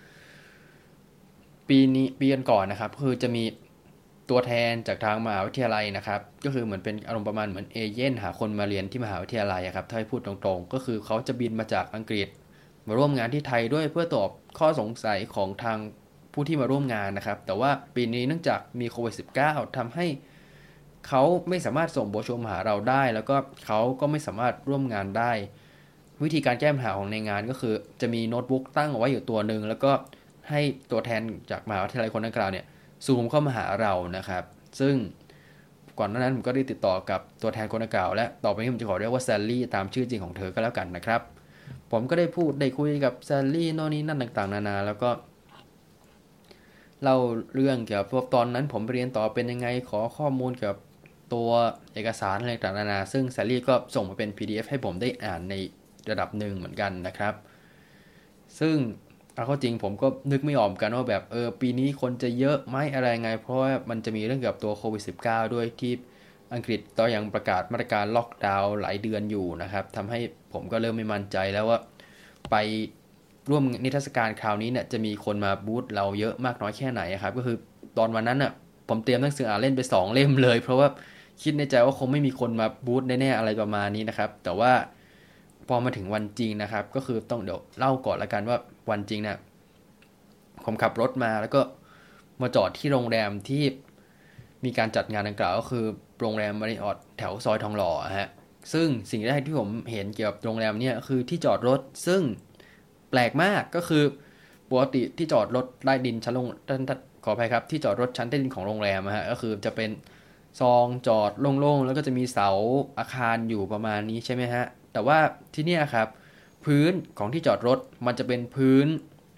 ปีก่อนนะครับคือจะมีตัวแทนจากทางมหาวิทยาลัยนะครับก็คือเหมือนเป็นอารมณ์ประมาณเหมือนเอเย่นหาคนมาเรียนที่มหาวิทยาลัยครับถ้าให้พูดตรงๆก็คือเขาจะบินมาจากอังกฤษมาร่วมงานที่ไทยด้วยเพื่อตอบข้อสงสัยของทางผู้ที่มาร่วมงานนะครับแต่ว่าปีนี้เนื่องจากมีโควิด -19 ทำให้เขาไม่สามารถส่งโบรชัวร์มาหาเราได้แล้วก็เขาก็ไม่สามารถร่วมงานได้วิธีการแก้ปัญหาของในงานก็คือจะมีโน้ตบุ๊กตั้งเอาไว้อยู่ตัวหนึ่งแล้วก็ให้ตัวแทนจากมหาวิทยาลัยคนดังกล่าวเนี่ยซูมเข้ามาหาเรานะครับซึ่งก่อนหน้านั้นผมก็ได้ติดต่อกับตัวแทนคนดังกล่าวและต่อไปนี้ผมจะขอเรียกว่าแซลลี่ตามชื่อจริงของเธอก็แล้วกันนะครับผมก็ได้พูดได้คุยกับแซลลี่โน่นนี่นั่นต่างๆนานาแล้วก็เล่าเรื่องเกี่ยวกับตอนนั้นผมเรียนต่อเป็นยังไงขอข้อมูลเกี่ยวกับตัวเอกสารอะไรต่างๆนานาซึ่งแซลลี่ก็ส่งมาเป็น PDF ให้ผมได้อ่านในระดับหนึ่งเหมือนกันนะครับซึ่งเอาเข้าจริงผมก็นึกไม่ออกกันว่าแบบปีนี้คนจะเยอะไหมอะไรไงเพราะว่ามันจะมีเรื่องเกี่ยวกับตัวโควิด -19 ด้วยที่อังกฤษตอนยังประกาศมาตรการล็อกดาวน์หลายเดือนอยู่นะครับทำให้ผมก็เริ่มไม่มั่นใจแล้วว่าไปร่วมนิทรรศการคราวนี้เนี่ยจะมีคนมาบูธเราเยอะมากน้อยแค่ไหนครับก็คือตอนวันนั้นน่ะผมเตรียมหนังสืออ่านเล่นไป2 เล่มเลยเพราะว่าคิดในใจว่าคงไม่มีคนมาบูธแน่ๆอะไรประมาณนี้นะครับแต่ว่าพอมาถึงวันจริงนะครับก็คือต้องเดี๋ยวเล่าก่อนละกันว่าวันจริงเนี่ยผมขับรถมาแล้วก็มาจอดที่โรงแรมที่มีการจัดงานดังกล่าวก็คือโรงแรมมาริออทแถวซอยทองหล่อฮะซึ่งสิ่งแรกที่ผมเห็นเกี่ยวกับโรงแรมเนี่ยคือที่จอดรถซึ่งแปลกมากก็คือปกติที่จอดรถใต้ดินชั้นลงขออภัยครับที่จอดรถชั้นใต้ดินของโรงแรมฮะก็คือจะเป็นซองจอดโล่งๆแล้วก็จะมีเสาอาคารอยู่ประมาณนี้ใช่ไหมฮะแต่ว่าที่นี่ครับพื้นของที่จอดรถมันจะเป็นพื้น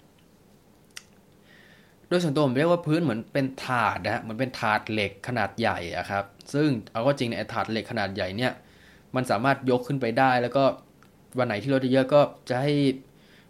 โดยส่วนตัวผมเรียกว่าพื้นเหมือนเป็นถาดนะฮะเหมือนเป็นถาดเหล็กขนาดใหญ่อะครับซึ่งเอาก็จริงในถาดเหล็กขนาดใหญ่เนี่ยมันสามารถยกขึ้นไปได้แล้วก็วันไหนที่รถเยอะก็จะให้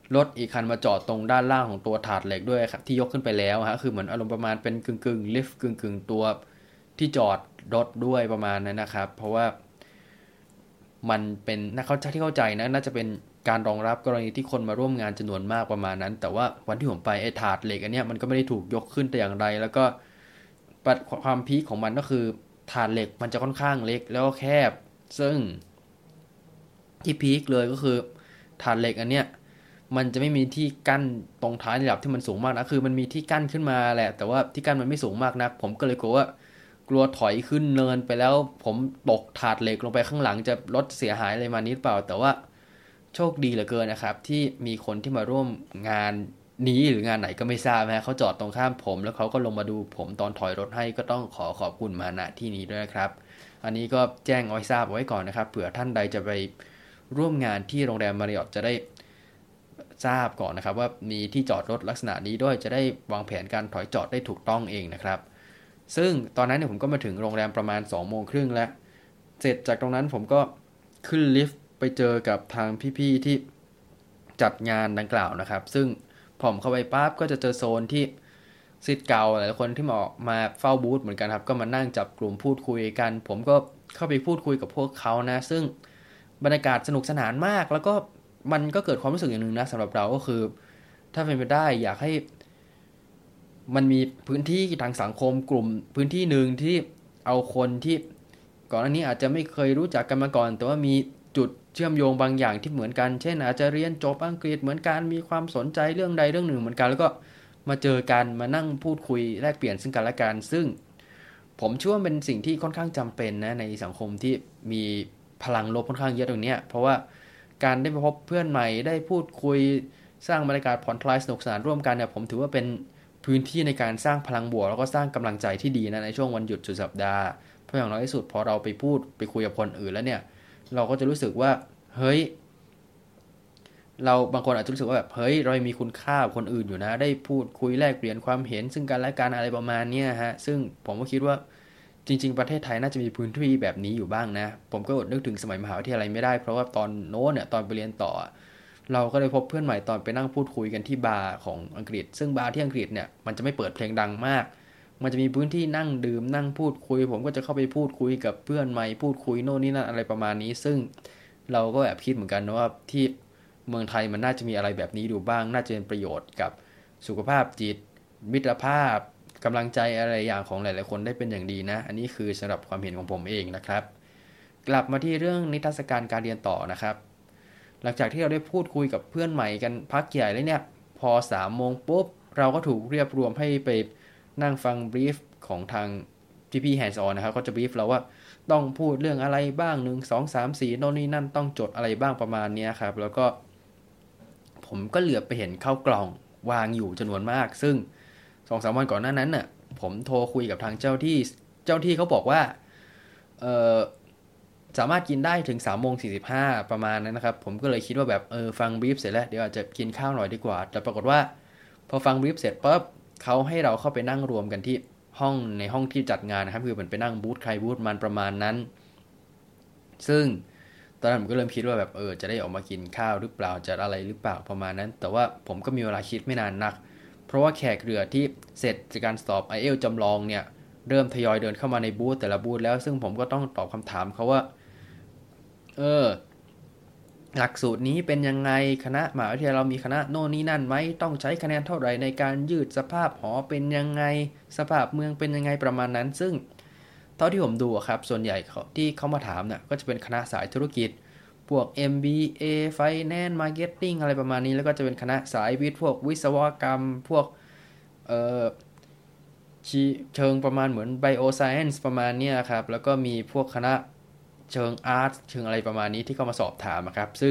รถอีกคันมาจอดตรงด้านล่างของตัวถาดเหล็กด้วยครับที่ยกขึ้นไปแล้วฮะคือเหมือนอารมณ์ประมาณเป็นกึ่งลิฟต์กึ่งตัวที่จอดรถด้วยประมาณนั้นนะครับเพราะว่ามันเป็นน่าเข้าใจที่เข้าใจนะน่าจะเป็นการรองรับกรณีที่คนมาร่วมงานจำนวนมากประมาณนั้นแต่ว่าวันที่ผมไปไอ้ถาดเหล็กอันเนี้ยมันก็ไม่ได้ถูกยกขึ้นแต่อย่างใดแล้วก็ความพีคของมันก็คือถาดเหล็กมันจะค่อนข้างเล็กแล้วก็แคบซึ่งที่พีคเลยก็คือถาดเหล็กอันเนี้ยมันจะไม่มีที่กั้นตรงท้ายระดับที่มันสูงมากนะคือมันมีที่กั้นขึ้นมาแหละแต่ว่าที่กั้นมันไม่สูงมากนะผมก็เลยกลัวถอยขึ้นเนินไปแล้วผมตกถาดเหล็กลงไปข้างหลังจะรถเสียหายอะไรมานิดเปล่าแต่ว่าโชคดีเหลือเกินนะครับที่มีคนที่มาร่วมงานนี้หรืองานไหนก็ไม่ทราบนะเขาจอดตรงข้ามผมแล้วเขาก็ลงมาดูผมตอนถอยรถให้ก็ต้องขอบคุณมาณที่นี้ด้วยนะครับอันนี้ก็แจ้งเอาไว้ทราบเอาไว้ก่อนนะครับเผื่อท่านใดจะไปร่วมงานที่โรงแรมมาริออตจะได้ทราบก่อนนะครับว่ามีที่จอดรถลักษณะนี้ด้วยจะได้วางแผนการถอยจอดได้ถูกต้องเองนะครับซึ่งตอนนั้นเนี่ยผมก็มาถึงโรงแรมประมาณ2 โมงครึ่งแล้วเสร็จจากตรงนั้นผมก็ขึ้นลิฟต์ไปเจอกับทางพี่ๆที่จัดงานดังกล่าวนะครับซึ่งผมเข้าไปปั๊บก็จะเจอโซนที่ศิษย์เก่าหลายคนที่มาเฝ้าบูธเหมือนกันครับก็มานั่งจับกลุ่มพูดคุยกันผมก็เข้าไปพูดคุยกับพวกเขานะซึ่งบรรยากาศสนุกสนานมากแล้วก็มันก็เกิดความรู้สึกอย่างหนึ่งนะสำหรับเราก็คือถ้าเป็นไปได้อยากให้มันมีพื้นที่ทางสังคมกลุ่มพื้นที่หนึ่งที่เอาคนที่ก่อนอันนี้อาจจะไม่เคยรู้จักกันมาก่อนแต่ว่ามีจุดเชื่อมโยงบางอย่างที่เหมือนกันเช่นอาจจะเรียนจบอังกฤษเหมือนกันมีความสนใจเรื่องใดเรื่องหนึ่งเหมือนกันแล้วก็มาเจอกันมานั่งพูดคุยแลกเปลี่ยนซึ่งกันและกันซึ่งผมเชื่อว่าเป็นสิ่งที่ค่อนข้างจำเป็นนะในสังคมที่มีพลังลบค่อนข้างเยอะตรงนี้เพราะว่าการได้ไปพบเพื่อนใหม่ได้พูดคุยสร้างบรรยากาศผ่อนคลายสนุกสนานร่วมกันเนี่ยผมถือว่าเป็นพื้นที่ในการสร้างพลังบวกแล้วก็สร้างกำลังใจที่ดีนะในช่วงวันหยุดสุดสัปดาห์เพราะอย่างน้อยที่สุดพอเราไปพูดไปคุยกับคนอื่นแล้วเนี่ยเราก็จะรู้สึกว่าเฮ้ยเราบางคนอาจจะรู้สึกว่าแบบเฮ้ยเรามีคุณค่ากับคนอื่นอยู่นะได้พูดคุยแลกเปลี่ยนความเห็นซึ่งกันและกันอะไรประมาณนี้ฮะซึ่งผมก็คิดว่าจริงๆประเทศไทยน่าจะมีพื้นที่แบบนี้อยู่บ้างนะผมก็อดนึกถึงสมัยมหาวิทยาลัยไม่ได้เพราะว่าตอนโน้นเนี่ยตอนไปเรียนต่อเราก็ได้พบเพื่อนใหม่ตอนไปนั่งพูดคุยกันที่บาร์ของอังกฤษซึ่งบาร์ที่อังกฤษเนี่ยมันจะไม่เปิดเพลงดังมากมันจะมีพื้นที่นั่งดื่มนั่งพูดคุยผมก็จะเข้าไปพูดคุยกับเพื่อนใหม่พูดคุยโน่นนี่นั่นอะไรประมาณนี้ซึ่งเราก็แอบคิดเหมือนกันนะว่าที่เมืองไทยมันน่าจะมีอะไรแบบนี้ดูบ้างน่าจะเป็นประโยชน์กับสุขภาพจิตมิตรภาพกำลังใจอะไรอย่างของหลายๆคนได้เป็นอย่างดีนะอันนี้คือสำหรับความเห็นของผมเองนะครับกลับมาที่เรื่องนิทรรศการการเรียนต่อนะครับหลังจากที่เราได้พูดคุยกับเพื่อนใหม่กันพักใหญ่แล้วเนี่ยพอ3 โมงปุ๊บเราก็ถูกเรียบรวมให้ไปนั่งฟังบรีฟของทางพี่ๆแฮนด์ออนนะครับก็จะบรีฟเราว่าต้องพูดเรื่องอะไรบ้าง1 2 3 4โน่นนี่นั่นต้องจดอะไรบ้างประมาณนี้ครับแล้วก็ผมก็เหลือบไปเห็นข้าวกล่องวางอยู่จำนวนมากซึ่ง2-3 วันก่อนหน้านั้นน่ะผมโทรคุยกับทางเจ้าที่เขาบอกว่าเออสามารถกินได้ถึง3 โมง 45ประมาณนั้นนะครับผมก็เลยคิดว่าแบบฟังบรีฟเสร็จแล้วเดี๋ยวอาจจะกินข้าวหน่อยดีกว่าแต่ปรากฏว่าพอฟังบรีฟเสร็จปุ๊บเขาให้เราเข้าไปนั่งรวมกันที่ห้องในห้องที่จัดงานนะครับคือเหมือนไปนั่งบูธใครบูธมันประมาณนั้นซึ่งตอนนั้นผมก็เริ่มคิดว่าแบบจะได้ออกมากินข้าวหรือเปล่าจะอะไรหรือเปล่าประมาณนั้นแต่ว่าผมก็มีเวลาคิดไม่นานนักเพราะว่าแขกเรือที่เสร็จจากการสอบ IELTS จำลองเนี่ยเริ่มทยอยเดินเข้ามาในบูธแต่ละบูธแล้วซึ่งผมก็ต้องตอบคำถามเขาว่าเออหลักสูตรนี้เป็นยังไงคณะมหาวิทยาลัยเรามีคณะโน่นนี่นั่นไหมต้องใช้คะแนนเท่าไหร่ในการยืดสภาพหอเป็นยังไงสภาพเมืองเป็นยังไงประมาณนั้นซึ่งเท่าที่ผมดูครับส่วนใหญ่ที่เขามาถามเนี่ยก็จะเป็นคณะสายธุรกิจพวก MBA Finance Marketing อะไรประมาณนี้แล้วก็จะเป็นคณะสายวิทย์พวกวิศวกรรมพวกเอ่อเชิงประมาณเหมือน Bioscience ประมาณนี้ครับแล้วก็มีพวกคณะเชิงอาร์ตเชิงอะไรประมาณนี้ที่เข้ามาสอบถามครับซึ่ง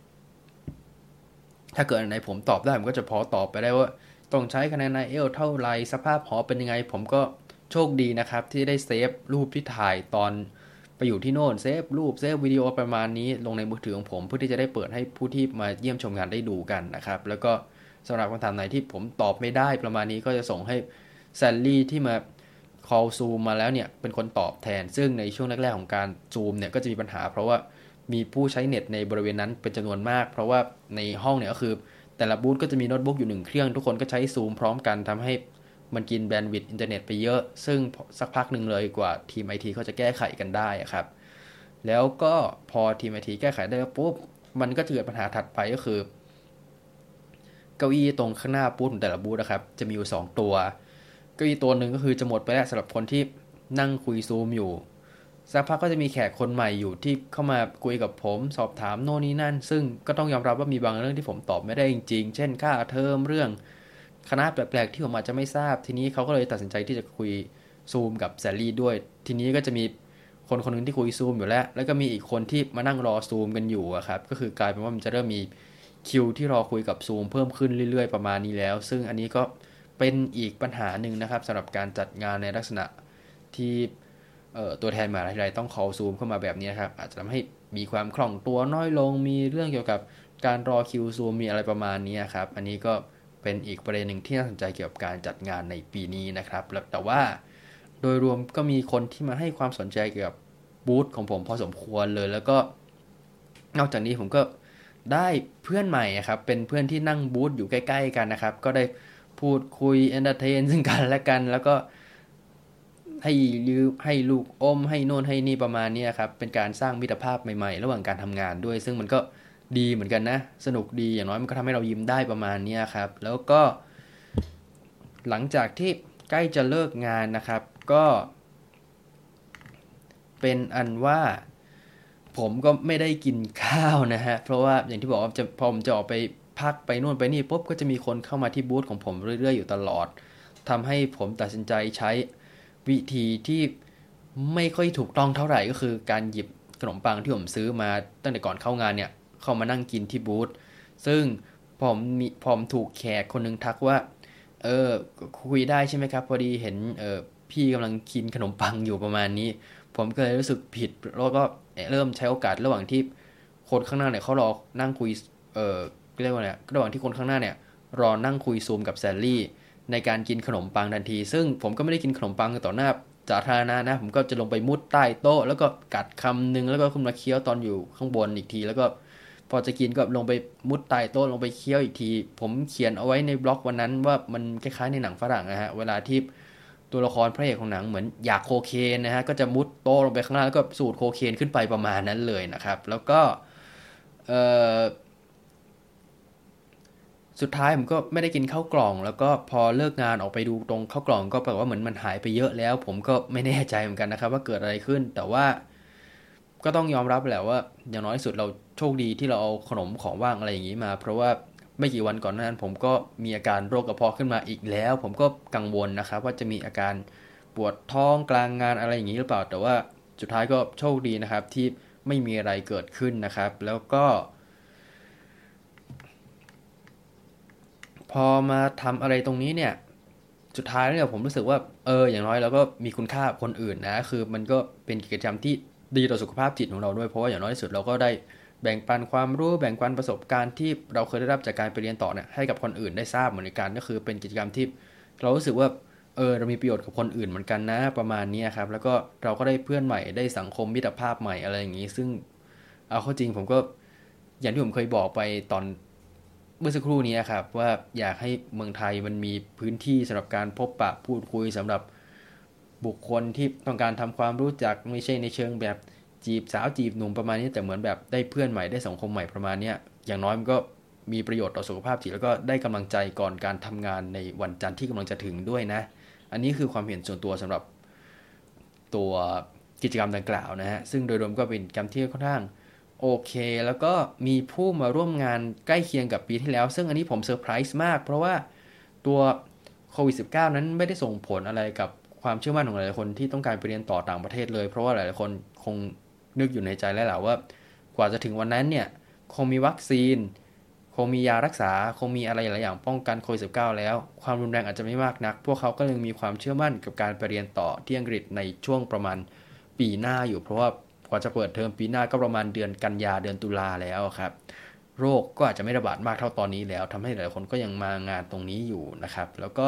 ถ้าเกิดอันไหนผมตอบได้ผมก็จะพอตอบไปได้ว่าต้องใช้คะแนน IELTS เท่าไรสภาพหอเป็นยังไงผมก็โชคดีนะครับที่ได้เซฟรูปที่ถ่ายตอนไปอยู่ที่โน่นเซฟรูปเซฟวิดีโอประมาณนี้ลงในมือถือของผมเพื่อที่จะได้เปิดให้ผู้ที่มาเยี่ยมชมงานได้ดูกันนะครับแล้วก็สำหรับคำถามไหนที่ผมตอบไม่ได้ประมาณนี้ก็จะส่งให้แซลลี่ที่มา call zoom มาแล้วเนี่ยเป็นคนตอบแทนซึ่งในช่วงแรกๆของการ zoom เนี่ยก็จะมีปัญหาเพราะว่ามีผู้ใช้เน็ตในบริเวณนั้นเป็นจำนวนมากเพราะว่าในห้องเนี่ยก็คือแตแต่ละบูธก็จะมีโน้ตบุ๊กอยู่1เครื่องทุกคนก็ใช้ซูมพร้อมกันทำให้มันกินแบนด์วิดต์อินเทอร์เน็ตไปเยอะซึ่งสักพักหนึ่งเลยกว่าทีม IT เขาจะแก้ไขกันได้ครับแล้วก็พอทีม IT แก้ไขได้ปุ๊บมันก็เกิดปัญหาถัดไปก็คือเก้าอี้ตรงข้างหน้าบูธของแต่ละบูธนะครับจะมีอยู่2ตัวเก้าอี้ตัวหนึ่งก็คือจะหมดไปแล้วสำหรับคนที่นั่งคุยซูมอยู่สักพักก็จะมีแขกคนใหม่อยู่ที่เข้ามาคุยกับผมสอบถามโน่นนี่นั่นซึ่งก็ต้องยอมรับว่ามีบางเรื่องที่ผมตอบไม่ได้จริงๆเช่นค่าเทอมเรื่องคณะแปลกๆที่ผมอาจจะไม่ทราบทีนี้เขาก็เลยตัดสินใจที่จะคุยซูมกับแซลลี่ด้วยทีนี้ก็จะมีคนคนนึงที่คุยซูมอยู่แล้วก็มีอีกคนที่มานั่งรอซูมกันอยู่ครับก็คือกลายเป็นว่ามันจะเริ่มมีคิวที่รอคุยกับซูมเพิ่มขึ้นเรื่อยๆประมาณนี้แล้วซึ่งอันนี้ก็เป็นอีกปัญหาหนึ่งนะครับสำหรับการจัดงานในลักษณะที่ตัวแทนมหาวิทยาลัยต้องcallซูมเข้ามาแบบนี้ครับอาจจะทำให้มีความคล่องตัวน้อยลงมีเรื่องเกี่ยวกับการรอคิวซูมมีอะไรประมาณนี้ครับอันนี้ก็เป็นอีกประเด็นหนึ่งที่น่าสนใจเกี่ยวกับการจัดงานในปีนี้นะครับแต่ว่าโดยรวมก็มีคนที่มาให้ความสนใจเกี่ยวกับบูธของผมพอสมควรเลยแล้วก็นอกจากนี้ผมก็ได้เพื่อนใหม่ครับเป็นเพื่อนที่นั่งบูธอยู่ใกล้ๆกันนะครับก็ได้พูดคุยเอนเตอร์เทนซึ่งกันและกันแล้วก็ให้ลูกอมให้โน่นให้นี่ประมาณนี้ครับเป็นการสร้างมิตรภาพใหม่ๆระหว่างการทำงานด้วยซึ่งมันก็ดีเหมือนกันนะสนุกดีอย่างน้อยมันก็ทำให้เรายิ้มได้ประมาณนี้ครับแล้วก็หลังจากที่ใกล้จะเลิกงานนะครับก็เป็นอันว่าผมก็ไม่ได้กินข้าวนะฮะเพราะว่าอย่างที่บอกว่าพอผมจะออกไปพักไปนู่นไปนี่ปุ๊บก็จะมีคนเข้ามาที่บูธของผมเรื่อยๆอยู่ตลอดทำให้ผมตัดสินใจใช้วิธีที่ไม่ค่อยถูกต้องเท่าไหร่ก็คือการหยิบขนมปังที่ผมซื้อมาตั้งแต่ก่อนเข้างานเนี่ยเข้ามานั่งกินที่บูธซึ่งผมถูกแขกคนนึงทักว่าคุยได้ใช่ไหมครับพอดีเห็นพี่กำลังกินขนมปังอยู่ประมาณนี้ผมก็เลยรู้สึกผิดแล้วก็เริ่มใช้โอกาสระหว่างที่คนข้างหน้าเนี่ยเขารอนั่งคุยเรียกว่าเนี่ยระหว่างที่คนข้างหน้าเนี่ยรอนั่งคุยซูมกับแซลลี่ในการกินขนมปังทันทีซึ่งผมก็ไม่ได้กินขนมปังต่อหน้าสาธารณะนะผมก็จะลงไปมุดใต้โต๊ะแล้วก็กัดคำนึงแล้วก็ขึ้นมาเคี้ยวตอนอยู่ข้างบนอีกทีแล้วก็พอจะกินก็ลงไปมุดใต้โต๊ะลงไปเคี้ยวอีกทีผมเขียนเอาไว้ในบล็อกวันนั้นว่ามันคล้ายๆในหนังฝรั่งนะฮะเวลาที่ตัวละครพระเอกของหนังเหมือนอยากโคเคนนะฮะก็จะมุดโต๊ะลงไปข้างล่างแล้วก็สูดโคเคนขึ้นไปประมาณนั้นเลยนะครับแล้วก็เอ่อ สุดท้ายผมก็ไม่ได้กินข้าวกล่องแล้วก็พอเลิกงานออกไปดูตรงข้าวกล่องก็แปลว่าเหมือนมันหายไปเยอะแล้วผมก็ไม่แน่ใจเหมือนกันนะครับว่าเกิดอะไรขึ้นแต่ว่าก็ต้องยอมรับแหละว่าอย่างน้อยที่สุดเราโชคดีที่เราเอาขนมของว่างอะไรอย่างนี้มาเพราะว่าไม่กี่วันก่อนนั้นผมก็มีอาการโรคกระเพาะขึ้นมาอีกแล้วผมก็กังวลนะครับว่าจะมีอาการปวดท้องกลางงานอะไรอย่างนี้หรือเปล่าแต่ว่าสุดท้ายก็โชคดีนะครับที่ไม่มีอะไรเกิดขึ้นนะครับแล้วก็ พอมาทำอะไรตรงนี้เนี่ยสุดท้ายเนี่ยผมรู้สึกว่าอย่างน้อยเราก็มีคุณค่าคนอื่นนะคือมันก็เป็นกิจกรรมที่ดีต่อสุขภาพจิตของเราด้วยเพราะว่าอย่างน้อยที่สุดเราก็ได้แบ่งปันความรู้แบ่งปันประสบการณ์ที่เราเคยได้รับจากการไปเรียนต่อเนี่ยให้กับคนอื่นได้ทราบเหมือนกันก็คือเป็นกิจกรรมที่เรารู้สึกว่าเรามีประโยชน์กับคนอื่นเหมือนกันนะประมาณนี้ครับแล้วก็เราก็ได้เพื่อนใหม่ได้สังคมมิตรภาพใหม่อะไรอย่างนี้ซึ่งเอาเข้าจริงผมก็อย่างที่ผมเคยบอกไปตอน เมื่อสักครู่นี้ครับว่าอยากให้เมืองไทยมันมีพื้นที่สำหรับการพบปะพูดคุยสำหรับบุคคลที่ต้องการทำความรู้จักไม่ใช่ในเชิงแบบจีบสาวจีบหนุ่มประมาณนี้แต่เหมือนแบบได้เพื่อนใหม่ได้สังคมใหม่ประมาณนี้อย่างน้อยมันก็มีประโยชน์ต่อสุขภาพจิตแล้วก็ได้กำลังใจก่อนการทำงานในวันจันทร์ที่กำลังจะถึงด้วยนะอันนี้คือความเห็นส่วนตัวสำหรับตัวกิจกรรมดังกล่าวนะฮะซึ่งโดยรวมก็เป็นกิจกรรมที่ค่อนข้าง โอเคแล้วก็มีผู้มาร่วมงานใกล้เคียงกับปีที่แล้วซึ่งอันนี้ผมเซอร์ไพรส์มากเพราะว่าตัวโควิด -19 นั้นไม่ได้ส่งผลอะไรกับความเชื่อมั่นของหลายๆคนที่ต้องการไปเรียนต่อต่างประเทศเลยเพราะว่าหลายๆคนคงนึกอยู่ในใจแล้วแหละว่ากว่าจะถึงวันนั้นเนี่ยคงมีวัคซีนคงมียารักษาคงมีอะไรหลายอย่างป้องกันโควิด -19 แล้วความรุนแรงอาจจะไม่มากนักพวกเขาก็ยังมีความเชื่อมั่นกับการไปเรียนต่อที่อังกฤษในช่วงประมาณปีหน้าอยู่เพราะว่า กว่าจะเปิดเทอมปีหน้าก็ประมาณเดือนกันยาเดือนตุลาแล้วครับโรคก็อาจจะไม่ระบาดมากเท่าตอนนี้แล้วทำให้หลายคนก็ยังมางานตรงนี้อยู่นะครับแล้วก็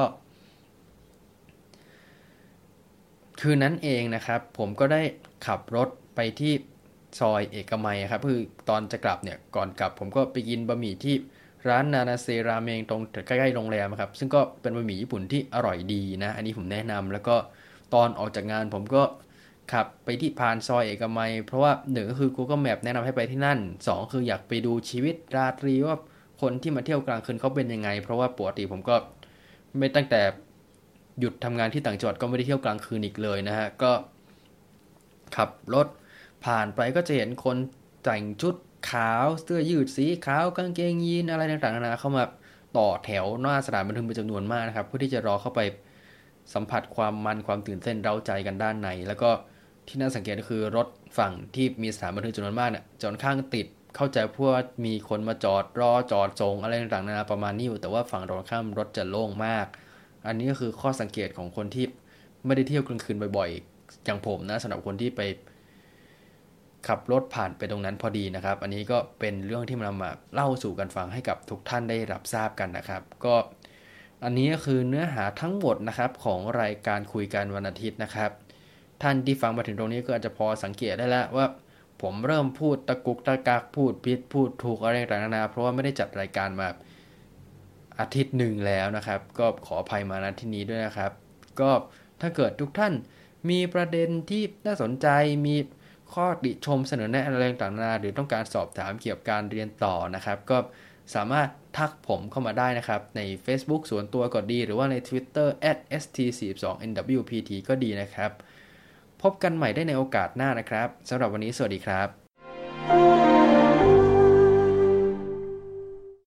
คืนนั้นเองนะครับผมก็ได้ขับรถไปที่ซอยเอกมัยครับคือตอนจะกลับเนี่ยก่อนกลับผมก็ไปกินบะหมี่ที่ร้านนานาเซราเมงตรงใกล้ๆโรงแรมครับซึ่งก็เป็นบะหมี่ญี่ปุ่นที่อร่อยดีนะอันนี้ผมแนะนำแล้วก็ตอนออกจากงานผมก็ขับไปที่ผ่านซอยเอกมัยเพราะว่าหนึ่งก็คือ Google Map แนะนำให้ไปที่นั่นสองคืออยากไปดูชีวิตราตรีว่าคนที่มาเที่ยวกลางคืนเขาเป็นยังไงเพราะว่าปกติผมก็ไม่ตั้งแต่หยุดทำงานที่ต่างจังหวัดก็ไม่ได้เที่ยวกลางคืนอีกเลยนะฮะก็ขับรถผ่านไปก็จะเห็นคนแต่งชุดขาวเสื้อยืดสีขาวกางเกงยีนอะไรต่างๆนานาเข้ามาต่อแถวหน้าสถานบันเทิงเป็นจำนวนมากนะครับเพื่อที่จะรอเข้าไปสัมผัสความมันความตื่นเต้นเร้าใจกันด้านในแล้วก็ที่น่าสังเกตก็คือรถฝั่งที่มีสถานบันเทิงจำนวนมากเนี่ยจอดข้างติดเข้าใจพวกมีคนมาจอดรอจอดส่งอะไรต่างๆนานาประมาณนี้อยู่แต่ว่าฝั่งตรงข้ามรถจะโล่งมากอันนี้ก็คือข้อสังเกตของคนที่ไม่ได้เที่ยวกลางคืนบ่อยๆอย่างผมนะสำหรับคนที่ไปขับรถผ่านไปตรงนั้นพอดีนะครับอันนี้ก็เป็นเรื่องที่นำมาเล่าสู่กันฟังให้กับทุกท่านได้รับทราบกันนะครับก็อันนี้ก็คือเนื้อหาทั้งหมดนะครับของรายการคุยกันวันอาทิตย์นะครับท่านที่ฟังมาถึงตรงนี้ก็อาจจะพอสังเกตได้แล้วว่าผมเริ่มพูดตะกุกตะกักพูดผิดพูดถูกอะไรต่างๆนานาเพราะว่าไม่ได้จัดรายการมาอาทิตย์หนึ่งแล้วนะครับก็ขออภัยมาณที่นี้ด้วยนะครับก็ถ้าเกิดทุกท่านมีประเด็นที่น่าสนใจมีข้อติชมเสนอแนะอะไรต่างๆนานาหรือต้องการสอบถามเกี่ยวกับการเรียนต่อนะครับก็สามารถทักผมเข้ามาได้นะครับใน Facebook ส่วนตัวก็ดีหรือว่าใน Twitter @st42nwpt ก็ดีนะครับพบกันใหม่ได้ในโอกาสหน้านะครับสำหรับวันนี้สวัสดีครับ